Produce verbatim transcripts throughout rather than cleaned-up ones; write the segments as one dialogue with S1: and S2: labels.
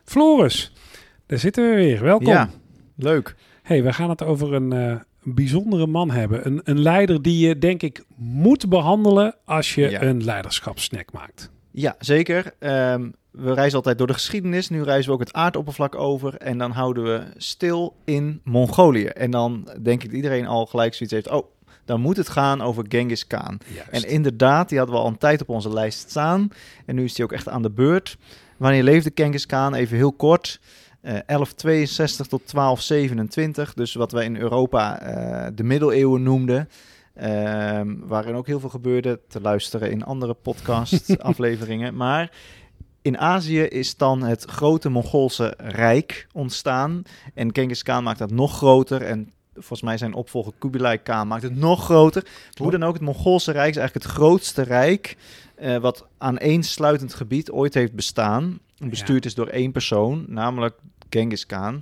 S1: Floris, daar zitten we weer. Welkom.
S2: Ja, leuk.
S1: Hey, we gaan het over een uh, bijzondere man hebben. Een, een leider die je, denk ik, moet behandelen als je ja. een leiderschapssnack maakt.
S2: Ja, zeker. Um, we reizen altijd door de geschiedenis. Nu reizen we ook het aardoppervlak over. En dan houden we stil in Mongolië. En dan denk ik dat iedereen al gelijk zoiets heeft. Oh, dan moet het gaan over Genghis Khan. Juist. En inderdaad, die hadden we al een tijd op onze lijst staan. En nu is die ook echt aan de beurt. Wanneer leefde Genghis Khan? Even heel kort. Uh, elf tweeënzestig tot twaalf zevenentwintig. Dus wat wij in Europa uh, de middeleeuwen noemden. Uh, waarin ook heel veel gebeurde. Te luisteren in andere podcast-afleveringen. Maar in Azië is dan het grote Mongoolse Rijk ontstaan. En Genghis Khan maakt dat nog groter. En volgens mij zijn opvolger Kublai Khan maakt het nog groter. Hoe dan ook, het Mongoolse Rijk is eigenlijk het grootste rijk Uh, wat aaneensluitend gebied ooit heeft bestaan. Bestuurd ja. is door één persoon, namelijk Genghis Khan.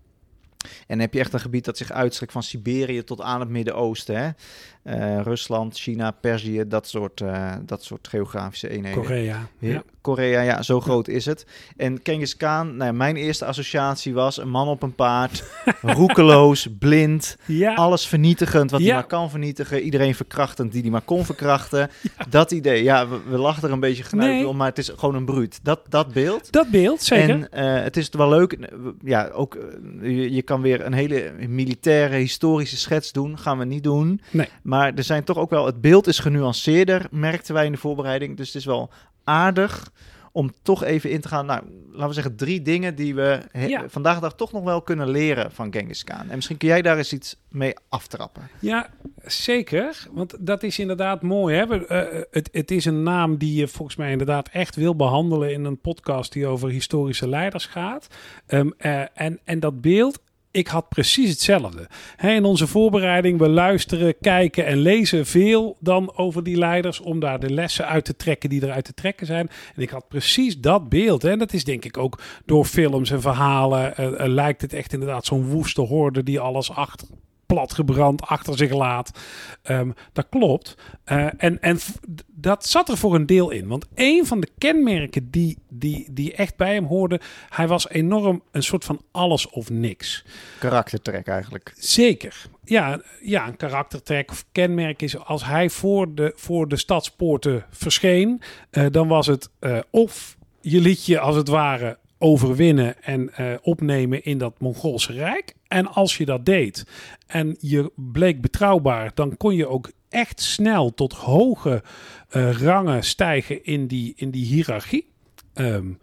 S2: En dan heb je echt een gebied dat zich uitstrekt van Siberië tot aan het Midden-Oosten. Hè? Uh, Rusland, China, Perzië, dat soort, uh, dat soort geografische eenheden.
S1: Korea.
S2: Ja. Korea, ja, zo groot is het. En Genghis Khan, nou ja, mijn eerste associatie was een man op een paard, roekeloos, blind, ja. alles vernietigend wat ja. hij maar kan vernietigen, iedereen verkrachtend die hij maar kon verkrachten. Ja. Dat idee, ja, we, we lachen er een beetje genuid nee. om, maar het is gewoon een bruut. Dat, dat beeld.
S1: Dat beeld, zeker.
S2: En uh, het is wel leuk, ja, ook, uh, je, je kan weer een hele militaire, historische schets doen, gaan we niet doen.
S1: Nee.
S2: Maar er zijn toch ook wel, het beeld is genuanceerder, merkten wij in de voorbereiding, dus het is wel aardig om toch even in te gaan. Nou, laten we zeggen drie dingen die we he- ja. vandaag de dag toch nog wel kunnen leren van Genghis Khan. En misschien kun jij daar eens iets mee aftrappen.
S1: Ja, zeker. Want dat is inderdaad mooi. Hè? Uh, het, het is een naam die je volgens mij inderdaad echt wil behandelen in een podcast die over historische leiders gaat. Um, uh, en, en dat beeld, ik had precies hetzelfde. He, in onze voorbereiding, we luisteren, kijken en lezen veel dan over die leiders om daar de lessen uit te trekken die eruit te trekken zijn. En ik had precies dat beeld. En dat is denk ik ook door films en verhalen uh, uh, lijkt het echt inderdaad zo'n woeste horde die alles achter platgebrand achter zich laat. Um, dat klopt. Uh, en, en f- dat zat er voor een deel in. Want een van de kenmerken die, die, die echt bij hem hoorde, hij was enorm een soort van alles of niks.
S2: Karaktertrek eigenlijk.
S1: Zeker. Ja, ja, een karaktertrek of kenmerk is als hij voor de, voor de stadspoorten verscheen, uh, dan was het uh, of je liet je als het ware overwinnen en uh, opnemen in dat Mongoolse Rijk. En als je dat deed en je bleek betrouwbaar, dan kon je ook echt snel tot hoge uh, rangen stijgen in die, in die hiërarchie. Um,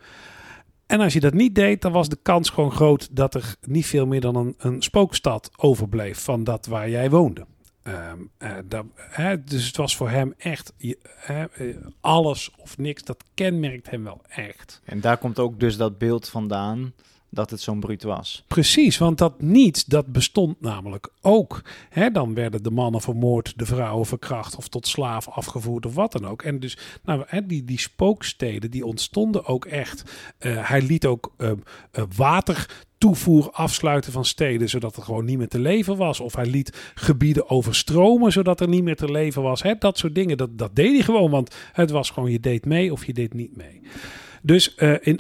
S1: en als je dat niet deed, dan was de kans gewoon groot dat er niet veel meer dan een, een spookstad overbleef van dat waar jij woonde. Um, uh, dat, hè, dus het was voor hem echt uh, uh, alles of niks. Dat kenmerkt hem wel echt.
S2: En daar komt ook dus dat beeld vandaan dat het zo'n bruut was.
S1: Precies, want dat niets, dat bestond namelijk ook. Hè, dan werden de mannen vermoord, de vrouwen verkracht of tot slaaf afgevoerd of wat dan ook. En dus nou, hè, die, die spooksteden, die ontstonden ook echt. Uh, hij liet ook uh, uh, water toevoer afsluiten van steden, zodat er gewoon niet meer te leven was. Of hij liet gebieden overstromen, zodat er niet meer te leven was. Hè, dat soort dingen, dat, dat deed hij gewoon, want het was gewoon je deed mee of je deed niet mee. Dus uh, in,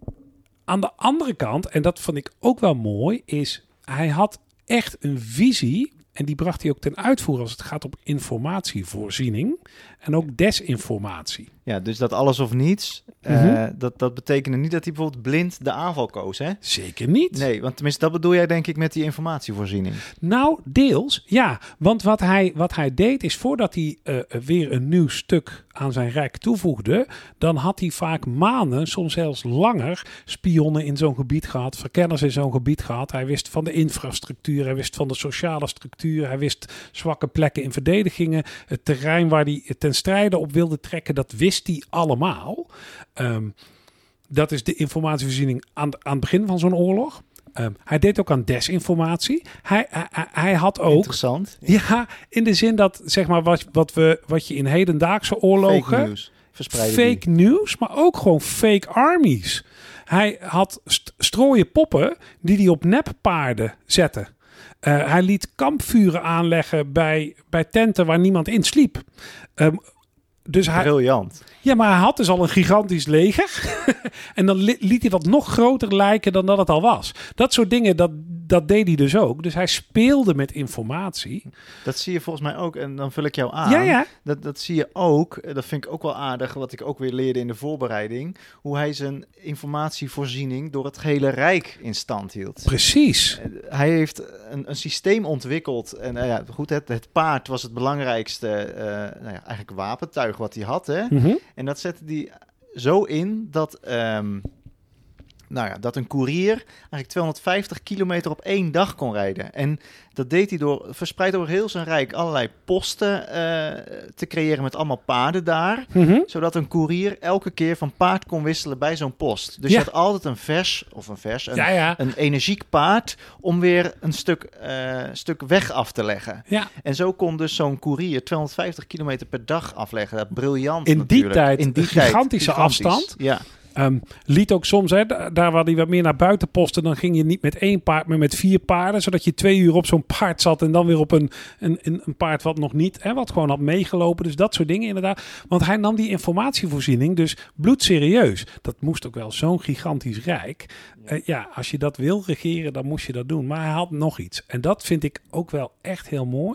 S1: aan de andere kant, en dat vond ik ook wel mooi, is hij had echt een visie en die bracht hij ook ten uitvoer als het gaat om informatievoorziening en ook desinformatie.
S2: Ja, dus dat alles of niets, mm-hmm. uh, dat, dat betekende niet dat hij bijvoorbeeld blind de aanval koos, hè?
S1: Zeker niet.
S2: Nee, want tenminste dat bedoel jij denk ik met die informatievoorziening.
S1: Nou, deels, ja. Want wat hij, wat hij deed is voordat hij uh, weer een nieuw stuk aan zijn rijk toevoegde, dan had hij vaak maanden, soms zelfs langer, spionnen in zo'n gebied gehad, verkenners in zo'n gebied gehad. Hij wist van de infrastructuur, hij wist van de sociale structuur, hij wist zwakke plekken in verdedigingen, het terrein waar hij ten strijde op wilde trekken, dat wist hij allemaal. Um, dat is de informatievoorziening aan, aan het begin van zo'n oorlog. Um, hij deed ook aan desinformatie. Hij, hij, hij had ook...
S2: Interessant.
S1: Ja, in de zin dat, zeg maar, wat, wat, we, wat je in hedendaagse oorlogen...
S2: Fake nieuws. Verspreiden
S1: fake nieuws, maar ook gewoon fake armies. Hij had st- strooien poppen die hij op neppaarden zette. Uh, hij liet kampvuren aanleggen bij, bij tenten waar niemand in sliep. Um, Dus hij,
S2: Briljant.
S1: ja, maar hij had dus al een gigantisch leger. En dan li- liet hij dat nog groter lijken dan dat het al was. Dat soort dingen, dat, dat deed hij dus ook. Dus hij speelde met informatie.
S2: Dat zie je volgens mij ook. En dan vul ik jou aan.
S1: Ja, ja.
S2: Dat, dat zie je ook. Dat vind ik ook wel aardig. Wat ik ook weer leerde in de voorbereiding. Hoe hij zijn informatievoorziening door het gehele Rijk in stand hield.
S1: Precies.
S2: Hij heeft een, een systeem ontwikkeld. En uh, ja, goed, het, het paard was het belangrijkste uh, nou ja, eigenlijk wapentuig wat hij had. Hè?
S1: Mm-hmm.
S2: En dat zette hij zo in dat, um, nou ja, dat een koerier eigenlijk tweehonderdvijftig kilometer op één dag kon rijden. En dat deed hij door verspreid over heel zijn rijk allerlei posten uh, te creëren met allemaal paarden daar.
S1: Mm-hmm.
S2: Zodat een koerier elke keer van paard kon wisselen bij zo'n post. Dus
S1: Ja.
S2: je had altijd een vers, of een vers, een,
S1: Ja, ja.
S2: een energiek paard om weer een stuk, uh, stuk weg af te leggen.
S1: Ja.
S2: En zo kon dus zo'n koerier tweehonderdvijftig kilometer per dag afleggen. Dat briljant
S1: In die
S2: natuurlijk.
S1: tijd
S2: In die
S1: een gigantische
S2: tijd, gigantisch.
S1: afstand.
S2: Ja.
S1: Um, liet ook soms, hè, da- daar waar hij wat meer naar buiten postte, dan ging je niet met één paard, maar met vier paarden, zodat je twee uur op zo'n paard zat en dan weer op een, een, een paard wat nog niet, hè, wat gewoon had meegelopen. Dus dat soort dingen inderdaad. Want hij nam die informatievoorziening dus bloedserieus. Dat moest ook wel zo'n gigantisch rijk. Uh, ja, als je dat wil regeren, dan moest je dat doen. Maar hij had nog iets. En dat vind ik ook wel echt heel mooi.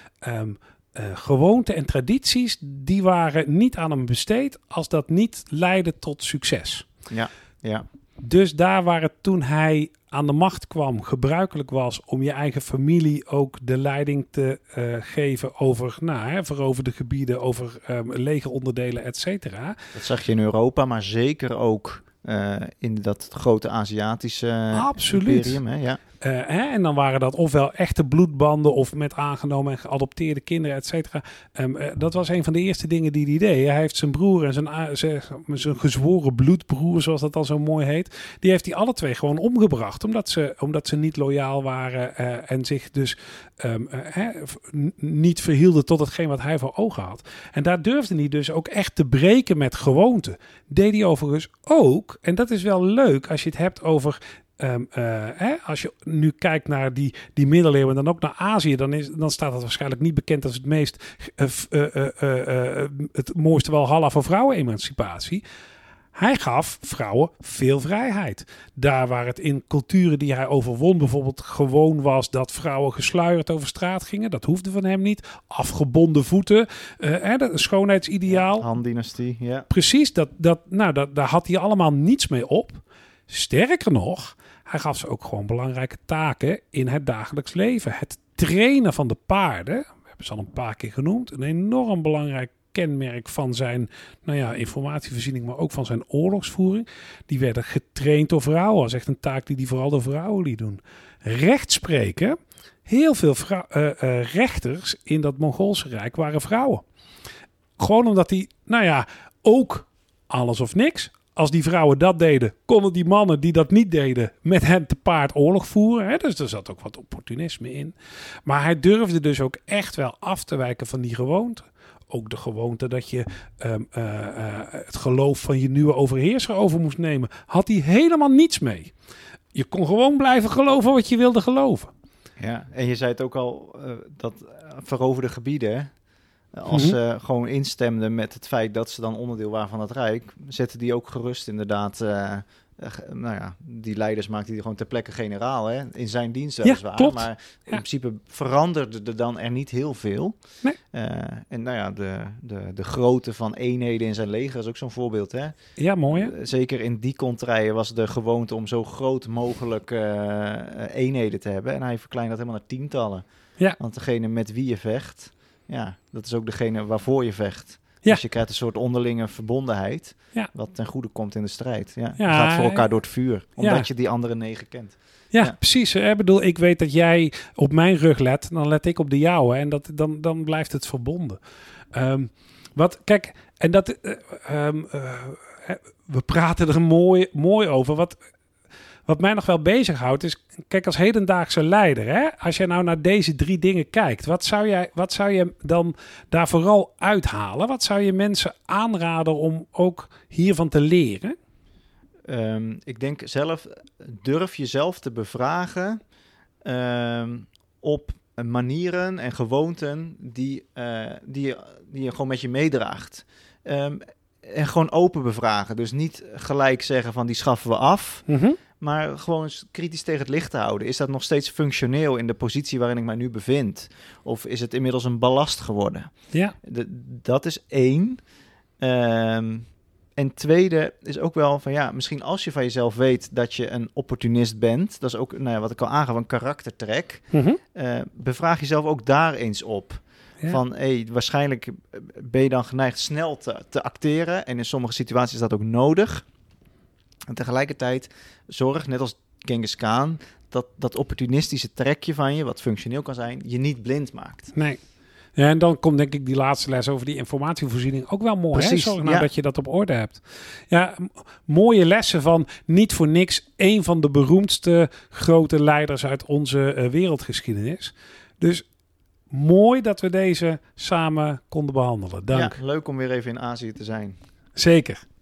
S1: Um, Uh, gewoonten en tradities, die waren niet aan hem besteed als dat niet leidde tot succes.
S2: Ja, ja.
S1: Dus daar waar het toen hij aan de macht kwam gebruikelijk was om je eigen familie ook de leiding te uh, geven over, nou, hè, veroverde gebieden, over um, legeronderdelen, et cetera.
S2: Dat zag je in Europa, maar zeker ook uh, in dat grote Aziatische
S1: Absoluut.
S2: imperium. Hè? Ja.
S1: Uh, hè, en dan waren dat ofwel echte bloedbanden of met aangenomen en geadopteerde kinderen, et cetera. Um, uh, dat was een van de eerste dingen die hij deed. Hij heeft zijn broer en zijn, uh, zijn, zijn gezworen bloedbroer, zoals dat dan zo mooi heet, die heeft hij alle twee gewoon omgebracht, omdat ze, omdat ze niet loyaal waren uh, en zich dus um, uh, hè, n- niet verhielden tot hetgeen wat hij voor ogen had. En daar durfde hij dus ook echt te breken met gewoonten. Deed hij overigens ook, en dat is wel leuk als je het hebt over Um, uh, hè, als je nu kijkt naar die, die middeleeuwen en dan ook naar Azië, dan, is, dan staat het waarschijnlijk niet bekend als het meest uh, uh, uh, uh, uh, het mooiste Walhalla voor vrouwenemancipatie. Hij gaf vrouwen veel vrijheid. Daar waar het in culturen die hij overwon bijvoorbeeld gewoon was dat vrouwen gesluierd over straat gingen. Dat hoefde van hem niet. Afgebonden voeten. Uh, hè, dat, een schoonheidsideaal.
S2: Han-dynastie, ja.
S1: Precies, dat, dat, nou, dat, daar had hij allemaal niets mee op. Sterker nog, hij gaf ze ook gewoon belangrijke taken in het dagelijks leven. Het trainen van de paarden, we hebben ze al een paar keer genoemd, een enorm belangrijk kenmerk van zijn nou ja, informatievoorziening, maar ook van zijn oorlogsvoering. Die werden getraind door vrouwen. Dat is echt een taak die hij vooral door vrouwen liet doen. Rechtspreken, heel veel vrou- uh, uh, rechters in dat Mongoolse Rijk waren vrouwen. Gewoon omdat die, nou ja, ook alles of niks. Als die vrouwen dat deden, konden die mannen die dat niet deden met hem te paard oorlog voeren. Hè? Dus er zat ook wat opportunisme in. Maar hij durfde dus ook echt wel af te wijken van die gewoonte. Ook de gewoonte dat je um, uh, uh, het geloof van je nieuwe overheerser over moest nemen. Had hij helemaal niets mee. Je kon gewoon blijven geloven wat je wilde geloven.
S2: Ja, en je zei het ook al, uh, dat uh, veroverde gebieden, als ze mm-hmm. uh, gewoon instemden met het feit dat ze dan onderdeel waren van het Rijk, zetten die ook gerust inderdaad. Uh, uh, nou ja, die leiders maakten die gewoon ter plekke generaal, hè, in zijn dienst weliswaar.
S1: Ja,
S2: maar in
S1: ja.
S2: principe veranderde er dan er niet heel veel.
S1: Nee.
S2: Uh, en nou ja, de, de, de grootte van eenheden in zijn leger is ook zo'n voorbeeld, hè?
S1: Ja, mooi hè?
S2: Uh, zeker in die contraien was de gewoonte om zo groot mogelijk uh, eenheden te hebben. En hij verkleint dat helemaal naar tientallen.
S1: Ja.
S2: Want degene met wie je vecht, ja, dat is ook degene waarvoor je vecht.
S1: Ja.
S2: Dus je krijgt een soort onderlinge verbondenheid,
S1: ja.
S2: wat ten goede komt in de strijd. Ja.
S1: Ja,
S2: je gaat voor elkaar door het vuur, omdat
S1: ja.
S2: je die andere negen kent.
S1: Ja,
S2: ja.
S1: precies. Ik bedoel, ik weet dat jij op mijn rug let, dan let ik op de jouwe en dat, dan, dan blijft het verbonden. Um, wat, kijk, en dat, uh, um, uh, we praten er mooi, mooi over. Wat, wat mij nog wel bezighoudt is, kijk, als hedendaagse leider, hè, als je nou naar deze drie dingen kijkt, wat zou, jij, wat zou je dan daar vooral uithalen? Wat zou je mensen aanraden om ook hiervan te leren?
S2: Um, ik denk zelf, durf jezelf te bevragen um, op manieren en gewoonten die, uh, die, je, die je gewoon met je meedraagt. Um, en gewoon open bevragen. Dus niet gelijk zeggen van die schaffen we af.
S1: Mm-hmm.
S2: Maar gewoon kritisch tegen het licht te houden. Is dat nog steeds functioneel in de positie waarin ik mij nu bevind? Of is het inmiddels een ballast geworden?
S1: Ja.
S2: De, dat is één. Um, en tweede is ook wel van ja, misschien als je van jezelf weet dat je een opportunist bent. Dat is ook nou ja, wat ik al aangaf, een karaktertrek.
S1: Mm-hmm.
S2: Uh, bevraag jezelf ook daar eens op. Ja. Van, hey, waarschijnlijk ben je dan geneigd snel te, te acteren. En in sommige situaties is dat ook nodig. En tegelijkertijd zorg, net als Genghis Khan, dat dat opportunistische trekje van je, wat functioneel kan zijn, je niet blind maakt.
S1: Nee. Ja, en dan komt denk ik die laatste les over die informatievoorziening ook wel mooi.
S2: Precies,
S1: hè? Zorg nou
S2: ja.
S1: dat je dat op orde hebt. Ja, m- mooie lessen van niet voor niks een van de beroemdste grote leiders uit onze uh, wereldgeschiedenis. Dus mooi dat we deze samen konden behandelen. Dank.
S2: Ja, leuk om weer even in Azië te zijn.
S1: Zeker.